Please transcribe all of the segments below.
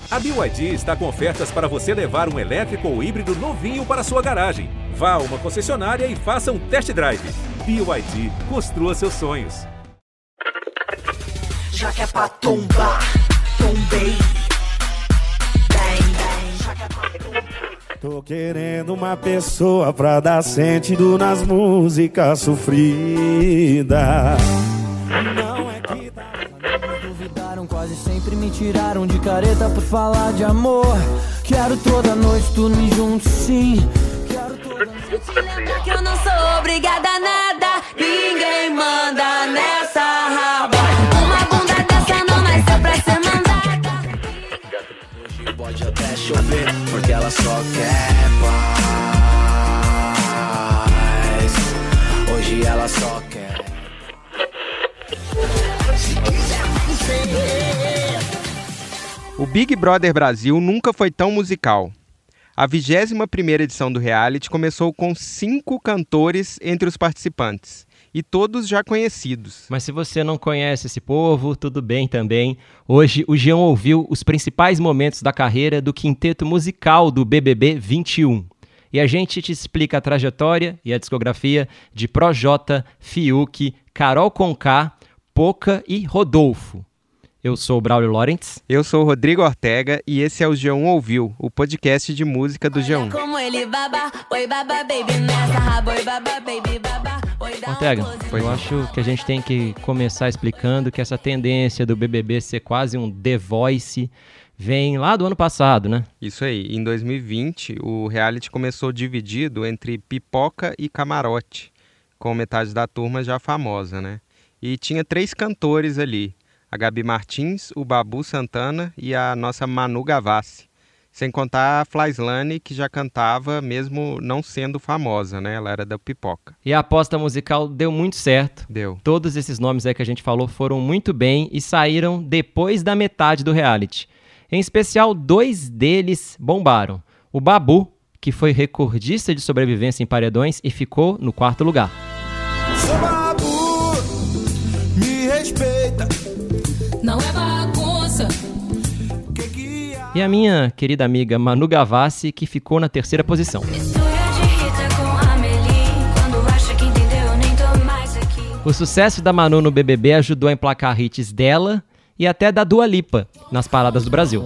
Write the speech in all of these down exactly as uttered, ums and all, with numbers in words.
A B Y D está com ofertas para você levar um elétrico ou híbrido novinho para sua garagem. Vá a uma concessionária e faça um test drive. B Y D, construa seus sonhos. Já que é pra tombar, tombei. Bang, bang, já que é pra tombar. Tô querendo uma pessoa pra dar sentido nas músicas sofridas. Não é que tá... Duvidaram, quase sempre me tiraram de careta por falar de amor. Quero toda noite dormir junto, sim. Quero toda noite. Te lembra que eu não sou obrigada a nada. Ninguém manda nessa raba. Uma bunda dessa não nasceu pra ser mandada. Hoje pode até chover, porque ela só quer paz. Hoje ela só quer. O Big Brother Brasil nunca foi tão musical. A vigésima primeira edição do reality começou com cinco cantores entre os participantes, e todos já conhecidos. Mas se você não conhece esse povo, tudo bem também. Hoje o Jean ouviu os principais momentos da carreira do quinteto musical do B B B vinte e um. E a gente te explica a trajetória e a discografia de Projota, Fiuk, Carol Conká, Poca e Rodolfo. Eu sou o Braulio Lorentz. Eu sou o Rodrigo Ortega e esse é o G um Ouviu, o podcast de música do G um. Como ele baba, oi baba baby nessa raba, oi baba baby baba, oi dá Ortega, um close. eu acho que a gente tem que começar explicando que essa tendência do B B B ser quase um The Voice vem lá do ano passado, né? Isso aí, em dois mil e vinte o reality começou dividido entre pipoca e camarote, com metade da turma já famosa, né? E tinha três cantores ali. A Gabi Martins, o Babu Santana e a nossa Manu Gavassi. Sem contar a Flyslane, que já cantava mesmo não sendo famosa, né? Ela era da pipoca. E a aposta musical deu muito certo. Deu. Todos esses nomes aí que a gente falou foram muito bem e saíram depois da metade do reality. Em especial, dois deles bombaram. O Babu, que foi recordista de sobrevivência em paredões e ficou no quarto lugar. Sou Babu, me respeita. Não é bagunça. E a minha querida amiga Manu Gavassi, que ficou na terceira posição. Mistura de Rita com Amelie. Quando acha que entendeu, nem tô mais aqui. O sucesso da Manu no B B B ajudou a emplacar hits dela e até da Dua Lipa nas paradas do Brasil.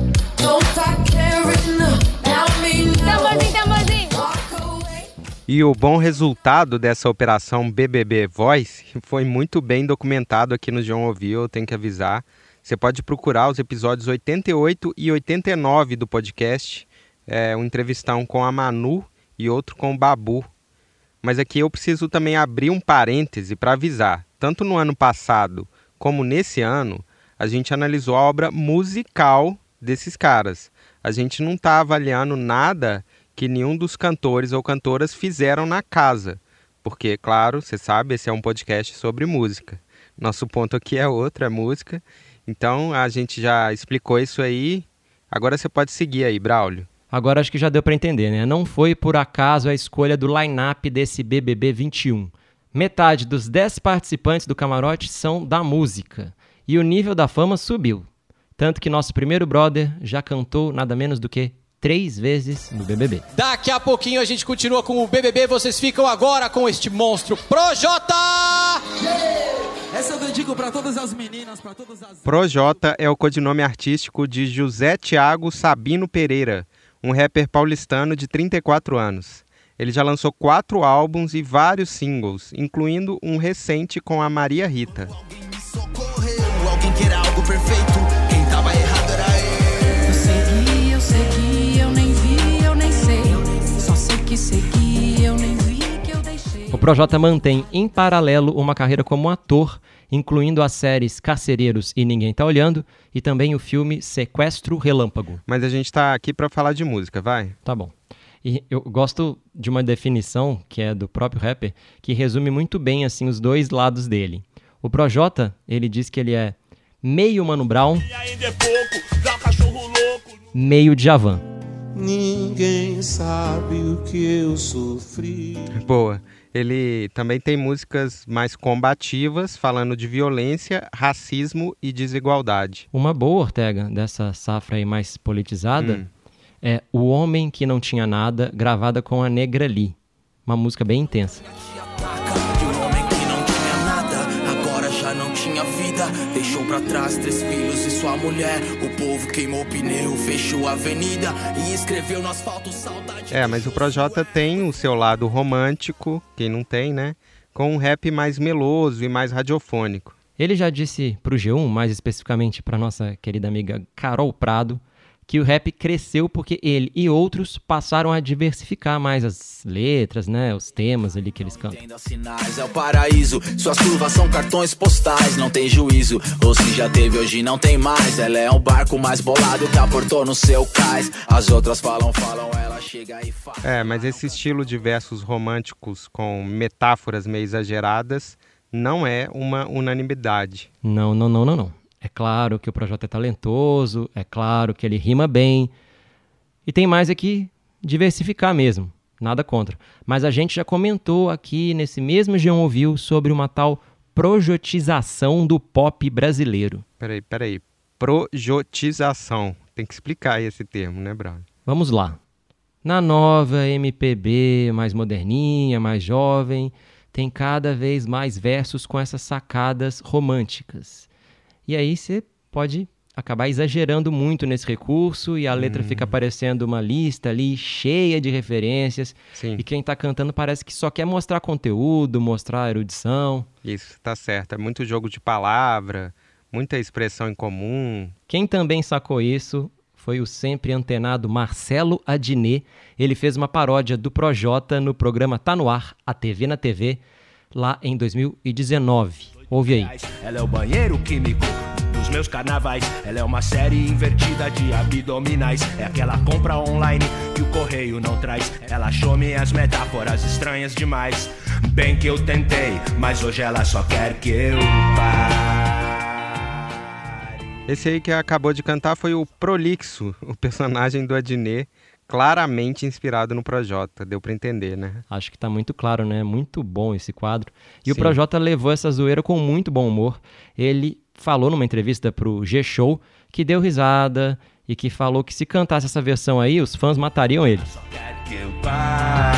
Tamborzinho, tamborzinho. E o bom resultado dessa operação B B B Voice foi muito bem documentado aqui no G um Ouviu, eu tenho que avisar. Você pode procurar os episódios oitenta e oito e oitenta e nove do podcast, é, um entrevistão com a Manu e outro com o Babu. Mas aqui eu preciso também abrir um parêntese para avisar. Tanto no ano passado como nesse ano, a gente analisou a obra musical desses caras. A gente não está avaliando nada que nenhum dos cantores ou cantoras fizeram na casa. Porque, claro, você sabe, esse é um podcast sobre música. Nosso ponto aqui é outro, é música. Então, a gente já explicou isso aí. Agora você pode seguir aí, Braulio. Agora acho que já deu para entender, né? Não foi por acaso a escolha do line-up desse B B B vinte e um. Metade dos dez participantes do camarote são da música. E o nível da fama subiu. Tanto que nosso primeiro brother já cantou nada menos do que três vezes no B B B. Daqui a pouquinho a gente continua com o B B B. Vocês ficam agora com este monstro Projota! Essa eu dedico pra todas as meninas, pra todas as... Projota é o codinome artístico de José Thiago Sabino Pereira, um rapper paulistano de trinta e quatro anos. Ele já lançou quatro álbuns e vários singles, incluindo um recente com a Maria Rita. Alguém me socorreu, alguém que era algo perfeito. Quem tava errado era eu. Eu segui, eu segui, eu nem vi, eu nem sei. Só sei que segui, eu nem vi, que eu deixei. O Projota mantém em paralelo uma carreira como ator, incluindo as séries Carcereiros e Ninguém Tá Olhando e também o filme Sequestro Relâmpago. Mas a gente tá aqui pra falar de música, vai? Tá bom. E eu gosto de uma definição, que é do próprio rapper, que resume muito bem assim os dois lados dele. O Projota, ele diz que ele é meio Mano Brown, meio Djavan. Ninguém sabe o que eu sofri. Boa. Ele também tem músicas mais combativas, falando de violência, racismo e desigualdade. Uma boa, Ortega, dessa safra aí mais politizada, Hum. é O Homem Que Não Tinha Nada, gravada com a Negra Lee. Uma música bem intensa. O homem que não tinha nada, agora já não tinha vida. Deixou pra trás três filhos e sua mulher. O povo queimou o pneu, fechou a avenida e escreveu no asfalto saudade. É, mas o Projota tem o seu lado romântico, quem não tem, né? Com um rap mais meloso e mais radiofônico. Ele já disse pro G um, mais especificamente para nossa querida amiga Carol Prado, que o rap cresceu porque ele e outros passaram a diversificar mais as letras, né, os temas ali que eles cantam. Tendo sinais, é o paraíso. Suas curvas são cartões postais, não tem juízo. Ou se já teve, hoje não tem mais. Ela é um barco mais bolado que aportou no seu cais. As outras falam, falam, ela chega e fala. É, mas esse estilo de versos românticos com metáforas meio exageradas não é uma unanimidade. Não, não, não, não, não. É claro que o Projota é talentoso, é claro que ele rima bem. E tem mais aqui diversificar mesmo, nada contra. Mas a gente já comentou aqui nesse mesmo G um Ouviu sobre uma tal projotização do pop brasileiro. Peraí, peraí. Projotização. Tem que explicar aí esse termo, né, Braulio? Vamos lá. Na nova M P B, mais moderninha, mais jovem, tem cada vez mais versos com essas sacadas românticas. E aí você pode acabar exagerando muito nesse recurso e a letra Hum. fica parecendo uma lista ali cheia de referências. Sim. E quem tá cantando parece que só quer mostrar conteúdo, mostrar erudição. Isso, tá certo. É muito jogo de palavra, muita expressão em comum. Quem também sacou isso foi o sempre antenado Marcelo Adnet. Ele fez uma paródia do Projota no programa Tá No Ar, a T V na T V, lá em dois mil e dezenove. Ouve aí. Ela é o banheiro químico dos meus carnavais. Ela é uma série invertida de abdominais. É aquela compra online que o correio não traz. Ela achou minhas metáforas estranhas demais. Bem que eu tentei, mas hoje ela só quer que eu pare. Esse aí que acabou de cantar foi o Prolixo, o personagem do Adnet, claramente inspirado no Projota, deu pra entender, né? Acho que tá muito claro, né? Muito bom esse quadro. E Sim. o Projota levou essa zoeira com muito bom humor. Ele falou numa entrevista pro G-Show que deu risada e que falou que se cantasse essa versão aí, os fãs matariam ele. Só quer que eu pare.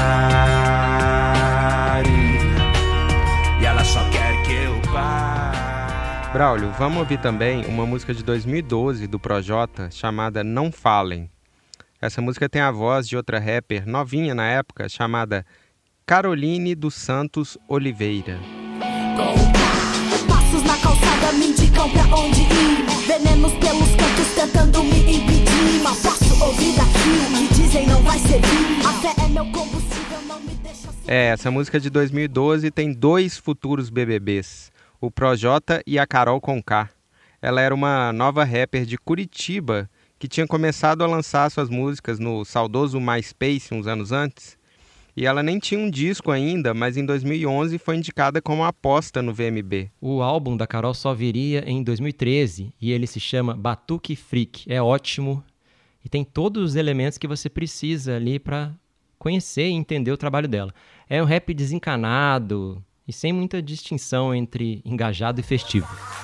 E ela só quer que eu pare. Braulio, vamos ouvir também uma música de dois mil e doze do Projota chamada Não Falem. Essa música tem a voz de outra rapper novinha na época, chamada Caroline dos Santos Oliveira. Passos na calçada me indicam pra onde ir. Venenos pelos cantos tentando me impedir. Mal posso ouvir daquilo que dizem não vai servir. A fé é meu combustível, não me deixa ser. É, essa música de dois mil e doze tem dois futuros B B Bs, o Projota e a Carol Conká. Ela era uma nova rapper de Curitiba que tinha começado a lançar suas músicas no saudoso MySpace uns anos antes. E ela nem tinha um disco ainda, mas em dois mil e onze foi indicada como aposta no V M B. O álbum da Carol só viria em dois mil e treze e ele se chama Batuque Freak. É ótimo e tem todos os elementos que você precisa ali para conhecer e entender o trabalho dela. É um rap desencanado e sem muita distinção entre engajado e festivo.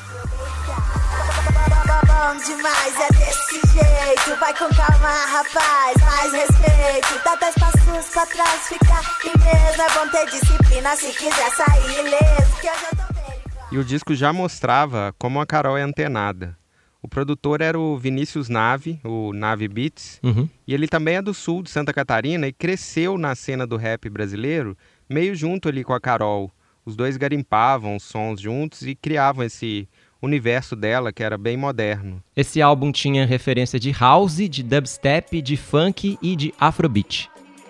Bom demais, é desse jeito. Vai com calma, rapaz, mais respeito. Dá dez passos pra trás, fica em mesmo. É bom ter disciplina se quiser sair ileso. Que eu já tô bem. E o disco já mostrava como a Carol é antenada. O produtor era o Vinícius Nave, o Nave Beats, Uhum. e ele também é do sul de Santa Catarina e cresceu na cena do rap brasileiro meio junto ali com a Carol. Os dois garimpavam os sons juntos e criavam esse universo dela que era bem moderno. Esse álbum tinha referência de house, de dubstep, de funk e de afrobeat.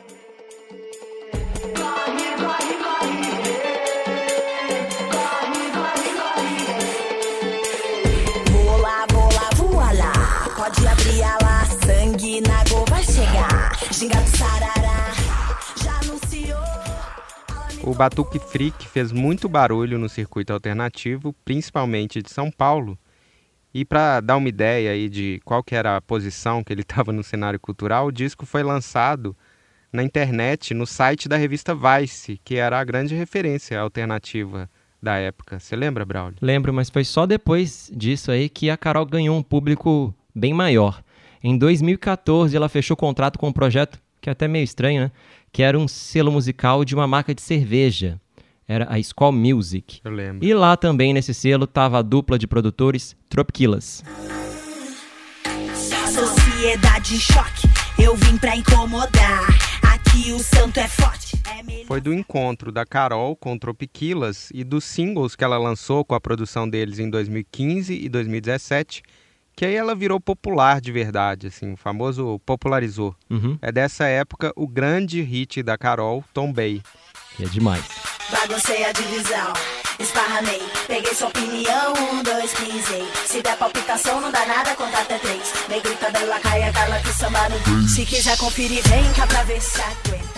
Vou lá, vou lá, voa lá. Pode abrir a lá, sangue na água vai chegar. Gingado sarará, já anunciou. O Batuque Freak fez muito barulho no circuito alternativo, principalmente de São Paulo. E para dar uma ideia aí de qual que era a posição que ele estava no cenário cultural, o disco foi lançado na internet, no site da revista Vice, que era a grande referência alternativa da época. Você lembra, Braulio? Lembro, mas foi só depois disso aí que a Carol ganhou um público bem maior. Em dois mil e catorze, ela fechou contrato com um projeto, que é até meio estranho, né? Que era um selo musical de uma marca de cerveja. Era a Skol Music. Eu lembro. E lá também, nesse selo, tava a dupla de produtores Tropquilas. Sociedade em choque, eu vim pra incomodar. Aqui o santo é forte. É Foi do encontro da Carol com Tropquilas e dos singles que ela lançou com a produção deles em dois mil e quinze e dois mil e dezessete, que aí ela virou popular de verdade, assim, o famoso popularizou. Uhum. É dessa época o grande hit da Carol, Tombei. Que é demais. Baguncei a divisão, esparramei, peguei sua opinião, um, dois, pisei. Se der palpitação não dá nada, conta até três. Vem gritando aí, lacaia, cala que samba no... Se quiser conferir, vem cá pra ver se aguenta.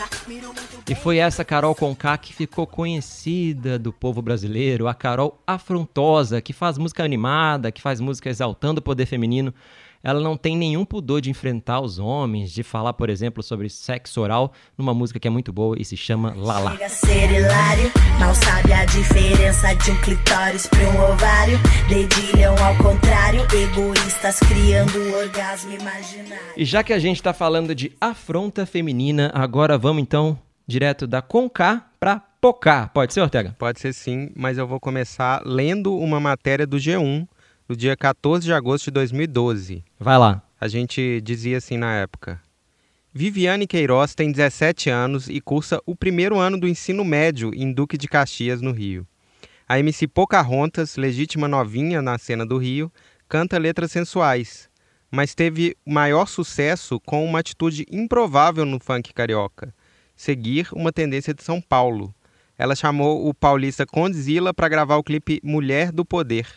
E foi essa Carol Conká que ficou conhecida do povo brasileiro, a Carol afrontosa, que faz música animada, que faz música exaltando o poder feminino. Ela não tem nenhum pudor de enfrentar os homens, de falar, por exemplo, sobre sexo oral, numa música que é muito boa e se chama Lala. Chega a ser hilário, mal sabe a diferença de um clitóris para um ovário. Dedilham ao contrário, egoístas criando um orgasmo imaginário. E já que a gente tá falando de afronta feminina, agora vamos então direto da Conká pra Pocá. Pode ser, Ortega? Pode ser sim, mas eu vou começar lendo uma matéria do G um, do dia quatorze de agosto de dois mil e doze. Vai lá. A gente dizia assim na época: Viviane Queiroz tem dezessete anos e cursa o primeiro ano do ensino médio em Duque de Caxias, no Rio. A M C Pocahontas, legítima novinha na cena do Rio, canta letras sensuais, mas teve maior sucesso com uma atitude improvável no funk carioca: seguir uma tendência de São Paulo. Ela chamou o paulista Condzilla para gravar o clipe Mulher do Poder.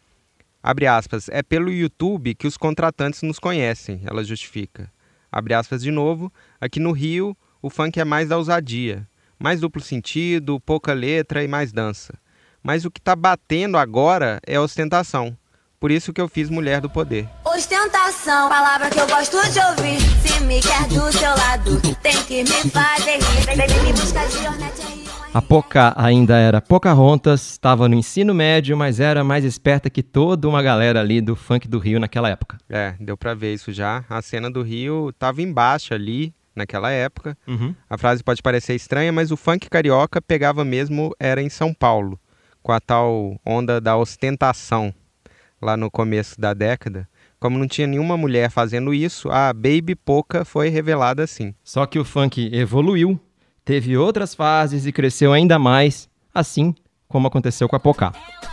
Abre aspas, é pelo YouTube que os contratantes nos conhecem, ela justifica. Abre aspas de novo, aqui no Rio o funk é mais da ousadia, mais duplo sentido, pouca letra e mais dança. Mas o que tá batendo agora é ostentação, por isso que eu fiz Mulher do Poder. Ostentação, palavra que eu gosto de ouvir. Se me quer do seu lado, tem que me fazer rir. Vem, vem me buscar de Ornette aí. A Pocá ainda era Pocahontas, estava no ensino médio, mas era mais esperta que toda uma galera ali do funk do Rio naquela época. É, deu pra ver isso já. A cena do Rio tava embaixo ali, naquela época. Uhum. A frase pode parecer estranha, mas o funk carioca pegava mesmo, era em São Paulo, com a tal onda da ostentação, lá no começo da década. Como não tinha nenhuma mulher fazendo isso, a Baby Poca foi revelada assim. Só que o funk evoluiu, teve outras fases e cresceu ainda mais, assim como aconteceu com a Pocá.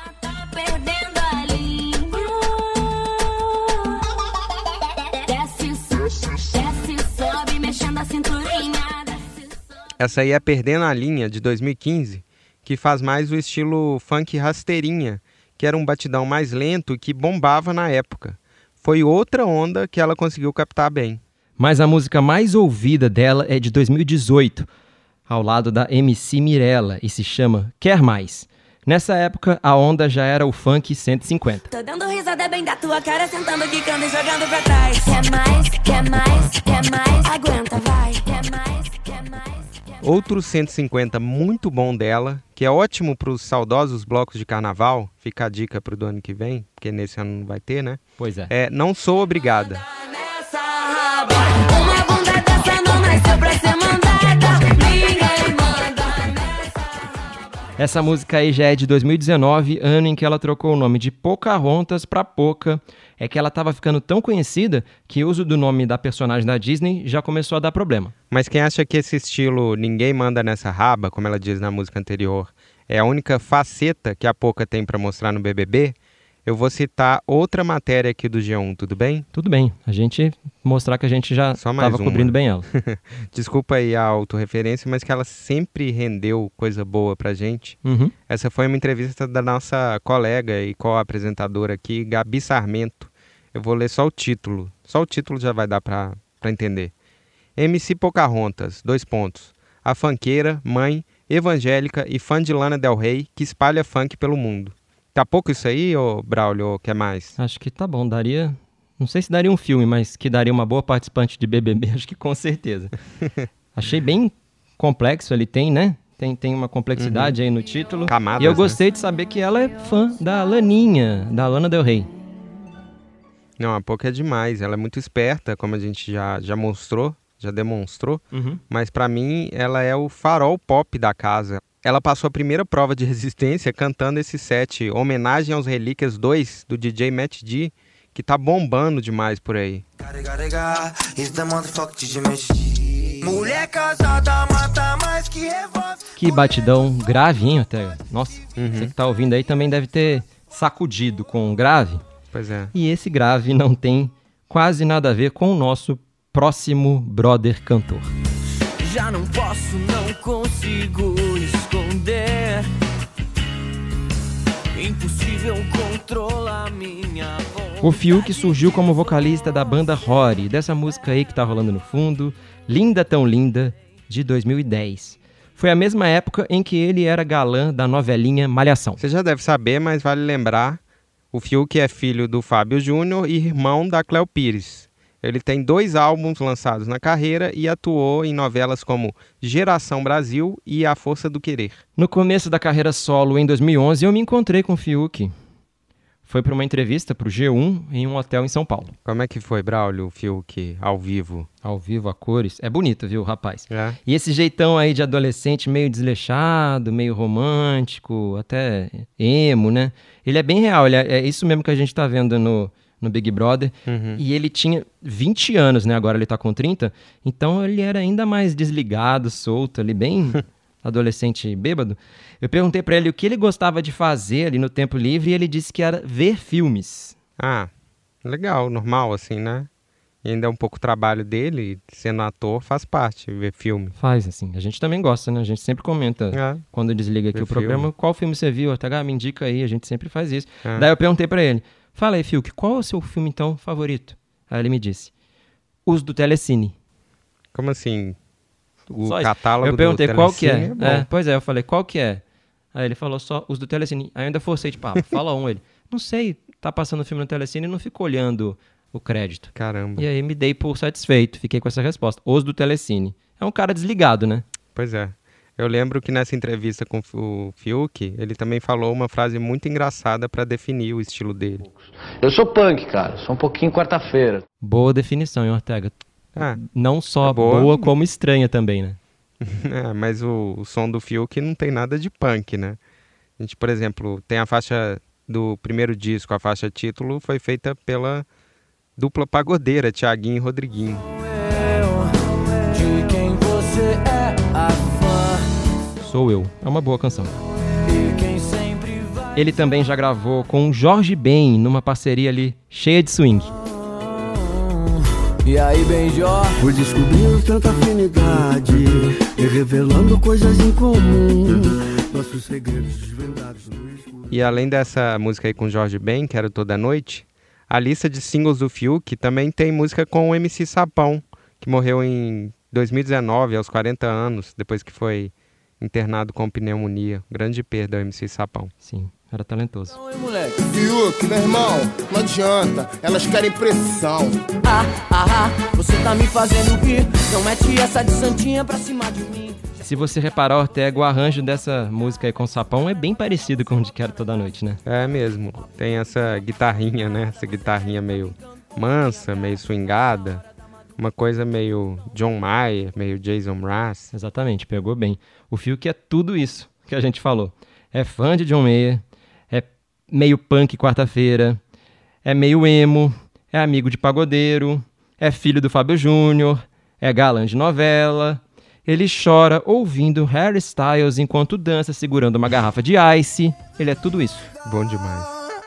Essa aí é Perdendo a Linha, de dois mil e quinze, que faz mais o estilo funk rasteirinha, que era um batidão mais lento e que bombava na época. Foi outra onda que ela conseguiu captar bem. Mas a música mais ouvida dela é de dois mil e dezoito, ao lado da M C Mirella, e se chama Quer Mais. Nessa época, a onda já era o funk cento e cinquenta. Tô dando risada bem da tua cara, sentando, quicando e jogando pra trás. Quer mais, quer mais, quer mais, aguenta, vai. Quer mais, quer mais. Outro cento e cinquenta muito bom dela, que é ótimo para os saudosos blocos de carnaval, fica a dica para o ano que vem, porque nesse ano não vai ter, né? Pois é. É Não Sou Obrigada. Uma bunda dessa não nasceu pra ser mandada, ninguém manda nessa. Essa música aí já é de dois mil e dezenove, ano em que ela trocou o nome de Pocahontas pra Poca. É que ela estava ficando tão conhecida que o uso do nome da personagem da Disney já começou a dar problema. Mas quem acha que esse estilo Ninguém Manda Nessa Raba, como ela diz na música anterior, é a única faceta que a Poca tem para mostrar no B B B, eu vou citar outra matéria aqui do G um, tudo bem? Tudo bem, a gente mostrar que a gente já estava cobrindo bem ela. Desculpa aí a autorreferência, mas que ela sempre rendeu coisa boa pra gente. Uhum. Essa foi uma entrevista da nossa colega e co-apresentadora aqui, Gabi Sarmento. Eu vou ler só o título, só o título já vai dar pra, pra entender. M C Pocahontas, dois pontos. A funkeira, mãe, evangélica e fã de Lana Del Rey que espalha funk pelo mundo. Tá pouco isso aí, ô Braulio, ou quer mais? Acho que tá bom, daria... Não sei se daria um filme, mas que daria uma boa participante de B B B, acho que com certeza. Achei bem complexo, ele tem, né? Tem, tem uma complexidade uhum. aí no título. Camadas, e eu gostei né? de saber que ela é fã da Laninha, da Lana Del Rey. Não, a Poca é demais. Ela é muito esperta, como a gente já, já mostrou, já demonstrou. Uhum. Mas pra mim, ela é o farol pop da casa. Ela passou a primeira prova de resistência cantando esse set, Homenagem aos Relíquias dois, do D J Matt D, que tá bombando demais por aí. Mulher casada mata mais que revólver. Que batidão grave, hein, até. Nossa, uhum. Você que tá ouvindo aí também deve ter sacudido com o grave. Pois é. E esse grave não tem quase nada a ver com o nosso próximo brother cantor. Já não posso, não consigo esconder. Impossível controlar minha voz. O Fiuk surgiu como vocalista da banda Rory, dessa música aí que tá rolando no fundo, Linda Tão Linda, de dois mil e dez. Foi a mesma época em que ele era galã da novelinha Malhação. Você já deve saber, mas vale lembrar, o Fiuk é filho do Fábio Júnior e irmão da Cléo Pires. Ele tem dois álbuns lançados na carreira e atuou em novelas como Geração Brasil e A Força do Querer. No começo da carreira solo, em dois mil e onze, eu me encontrei com o Fiuk. Foi para uma entrevista para o G um em um hotel em São Paulo. Como é que foi, Braulio, o Fiuk ao vivo? Ao vivo, a cores. É bonito, viu, rapaz? É. E esse jeitão aí de adolescente meio desleixado, meio romântico, até emo, né? Ele é bem real, ele é, é isso mesmo que a gente tá vendo no... no Big Brother, uhum. E ele tinha vinte anos, né? Agora ele tá com trinta, então ele era ainda mais desligado, solto ali, bem adolescente bêbado. Eu perguntei pra ele o que ele gostava de fazer ali no tempo livre e ele disse que era ver filmes. Ah, legal, normal assim, né? E ainda é um pouco o trabalho dele, sendo ator, faz parte, ver filme. Faz, assim. A gente também gosta, né? A gente sempre comenta, é. Quando desliga aqui ver o filme. Programa, qual filme você viu? Até ah, me indica aí, a gente sempre faz isso. É. Daí eu perguntei pra ele, fala aí, Fiuk, qual é o seu filme, então, favorito? Aí ele me disse, os do Telecine. Como assim? O só catálogo eu perguntei do qual que é. é, é. Pois é, eu falei, qual que é? Aí ele falou só os do Telecine. Aí eu ainda forcei, tipo, ah, fala um. Ele, não sei, tá passando o filme no Telecine e não ficou olhando o crédito. Caramba. E aí me dei por satisfeito, fiquei com essa resposta. Os do Telecine. É um cara desligado, né? Pois é. Eu lembro que nessa entrevista com o Fiuk, ele também falou uma frase muito engraçada para definir o estilo dele. Eu sou punk, cara. Sou um pouquinho quarta-feira. Boa definição, hein, Ortega? Ah, não só é boa. boa, como estranha também, né? É, mas o, o som do Fiuk não tem nada de punk, né? A gente, por exemplo, tem a faixa do primeiro disco, a faixa título, foi feita pela dupla pagodeira, Thiaguinho e Rodriguinho. Eu, de quem você é a fã. Sou eu. É uma boa canção. Ele também já gravou com Jorge Ben, numa parceria ali cheia de swing. E aí, Benjó? Por descobrir tanta afinidade e revelando coisas em comum, nossos segredos desvendados no escuro. E além dessa música aí com Jorge Ben, que era Toda Noite, a lista de singles do Fiuk também tem música com o M C Sapão, que morreu em dois mil e dezenove, aos quarenta anos, depois que foi internado com pneumonia. Grande perda ao M C Sapão. Sim, era talentoso. Oi, moleque. Fiuk, meu irmão, não adianta, elas querem pressão. Ah, ah, ah, você tá me fazendo rir, não mete essa de santinha pra cima de mim. Se você reparar, Ortega, o arranjo dessa música aí com o Sapão é bem parecido com o de Quero Toda Noite, né? É mesmo, tem essa guitarrinha, né? Essa guitarrinha meio mansa, meio swingada. Uma coisa meio John Mayer, meio Jason Mraz. Exatamente, pegou bem. O Fiuk é tudo isso que a gente falou. É fã de John Mayer, é meio punk quarta-feira, é meio emo, é amigo de pagodeiro, é filho do Fábio Júnior, é galã de novela. Ele chora ouvindo Harry Styles enquanto dança segurando uma garrafa de Ice. Ele é tudo isso. Bom demais.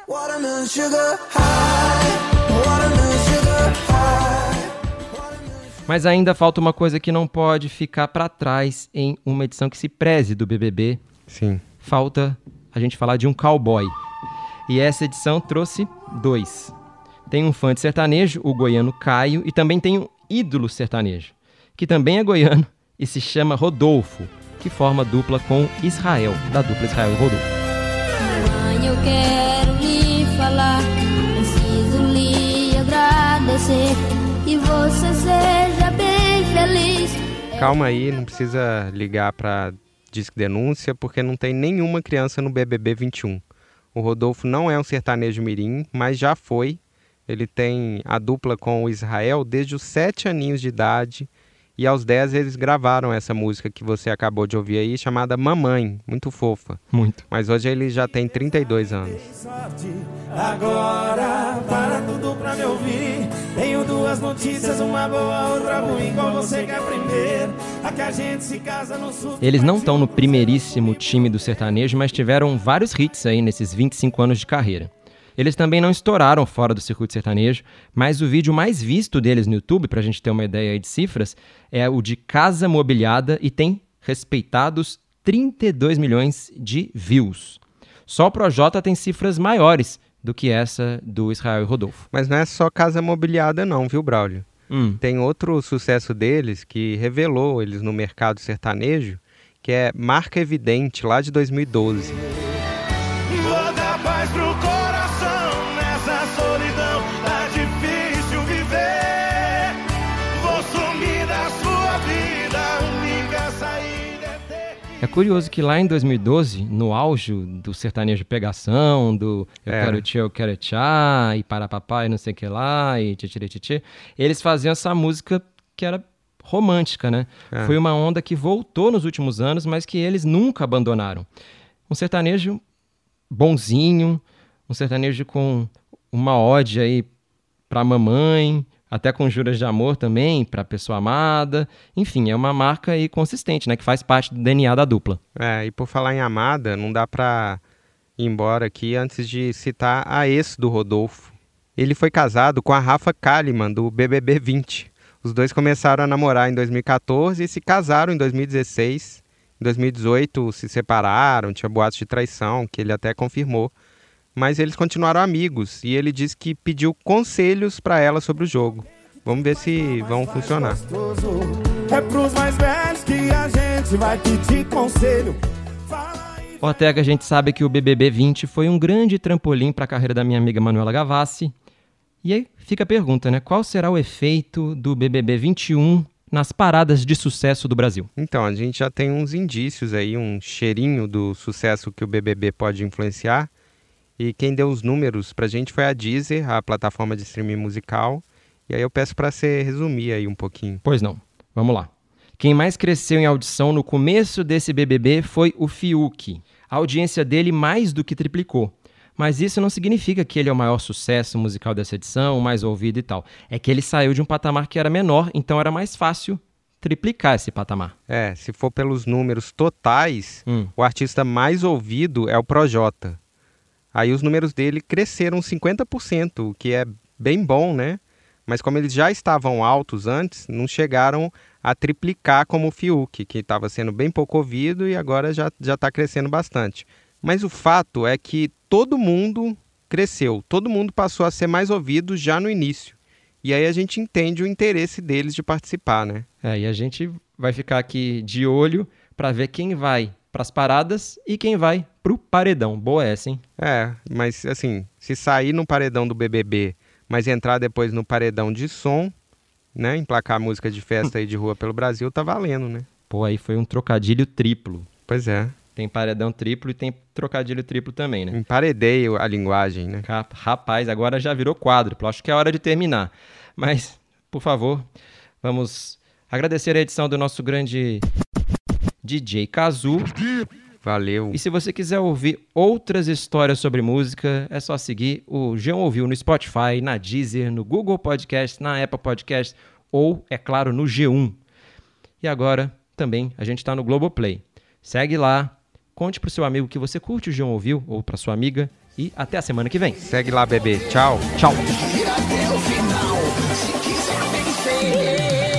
Mas ainda falta uma coisa que não pode ficar para trás em uma edição que se preze do B B B. Sim. Falta a gente falar de um cowboy. E essa edição trouxe dois. Tem um fã de sertanejo, o goiano Caio, e também tem um ídolo sertanejo, que também é goiano e se chama Rodolfo, que forma dupla com Israel, da dupla Israel e Rodolfo. Mãe, eu quero lhe falar, preciso lhe agradecer, que você seja bem feliz. Calma aí, não precisa ligar pra Disque Denúncia, porque não tem nenhuma criança no B B B vinte e um. O Rodolfo não é um sertanejo mirim, mas já foi. Ele tem a dupla com o Israel desde os sete aninhos de idade. E aos dez eles gravaram essa música que você acabou de ouvir aí, chamada Mamãe, muito fofa. Muito. Mas hoje ele já tem trinta e dois anos. Agora, para tudo pra me ouvir. Tenho duas notícias, uma boa, outra ruim. Qual você quer primeiro? A que a gente se casa no sul. Eles não estão no primeiríssimo time do sertanejo, mas tiveram vários hits aí nesses vinte e cinco anos de carreira. Eles também não estouraram fora do circuito sertanejo, mas o vídeo mais visto deles no YouTube, pra gente ter uma ideia aí de cifras, é o de Casa Mobiliada e tem respeitados trinta e dois milhões de views. Só o Projota tem cifras maiores do que essa do Israel e Rodolfo. Mas não é só Casa Mobiliada não, viu, Braulio? Hum. Tem outro sucesso deles que revelou eles no mercado sertanejo, que é Marca Evidente, lá de dois mil e doze. Vou dar paz pro coração nessa solidão, tá difícil viver. Vou sumir da sua vida, a única saída é ter que... É curioso que lá em dois mil e doze, no auge do sertanejo pegação, do eu É. quero tchê, eu quero tchá, e para papai, não sei o que lá, e tchê, tchê, tchê, eles faziam essa música que era romântica, né? É. Foi uma onda que voltou nos últimos anos, mas que eles nunca abandonaram. Um sertanejo bonzinho, um sertanejo com uma ode aí pra mamãe, até com juras de amor também, pra pessoa amada. Enfim, é uma marca aí consistente, né? Que faz parte do D N A da dupla. É, e por falar em amada, não dá pra ir embora aqui antes de citar a ex do Rodolfo. Ele foi casado com a Rafa Kalimann, do B B B vinte. Os dois começaram a namorar em dois mil e catorze e se casaram em dois mil e dezesseis. Em dois mil e dezoito se separaram, tinha boatos de traição, que ele até confirmou. Mas eles continuaram amigos e ele disse que pediu conselhos para ela sobre o jogo. Vamos ver se vão funcionar. É pros mais velhos que a gente vai pedir conselho. Ortega, a gente sabe que o B B B vinte foi um grande trampolim para a carreira da minha amiga Manuela Gavassi. E aí fica a pergunta, né? Qual será o efeito do B B B vinte e um nas paradas de sucesso do Brasil? Então, a gente já tem uns indícios aí, um cheirinho do sucesso que o B B B pode influenciar. E quem deu os números pra gente foi a Deezer, a plataforma de streaming musical. E aí eu peço pra você resumir aí um pouquinho. Pois não. Vamos lá. Quem mais cresceu em audição no começo desse B B B foi o Fiuk. A audiência dele mais do que triplicou. Mas isso não significa que ele é o maior sucesso musical dessa edição, o mais ouvido e tal. É que ele saiu de um patamar que era menor, então era mais fácil triplicar esse patamar. É, se for pelos números totais, hum. o artista mais ouvido é o Projota. Aí os números dele cresceram cinquenta por cento, o que é bem bom, né? Mas como eles já estavam altos antes, não chegaram a triplicar como o Fiuk, que estava sendo bem pouco ouvido e agora já já está crescendo bastante. Mas o fato é que todo mundo cresceu, todo mundo passou a ser mais ouvido já no início. E aí a gente entende o interesse deles de participar, né? É, e a gente vai ficar aqui de olho para ver quem vai para as paradas e quem vai pro paredão. Boa essa, hein? É, mas assim, se sair no paredão do B B B, mas entrar depois no paredão de som, né, emplacar música de festa aí de rua pelo Brasil, tá valendo, né? Pô, aí foi um trocadilho triplo. Pois é. Tem paredão triplo e tem trocadilho triplo também, né? Emparedei a linguagem, né? Rapaz, agora já virou quádruplo. Acho que é hora de terminar. Mas, por favor, vamos agradecer a edição do nosso grande D J Kazu. Valeu. E se você quiser ouvir outras histórias sobre música, é só seguir o João Ouviu no Spotify, na Deezer, no Google Podcast, na Apple Podcast ou, é claro, no G um. E agora, também, a gente está no Globoplay. Segue lá, conte pro seu amigo que você curte o João Ouviu, ou pra sua amiga, e até a semana que vem. Segue lá, bebê. Tchau. Tchau. Ir até o final, se quiser vencer.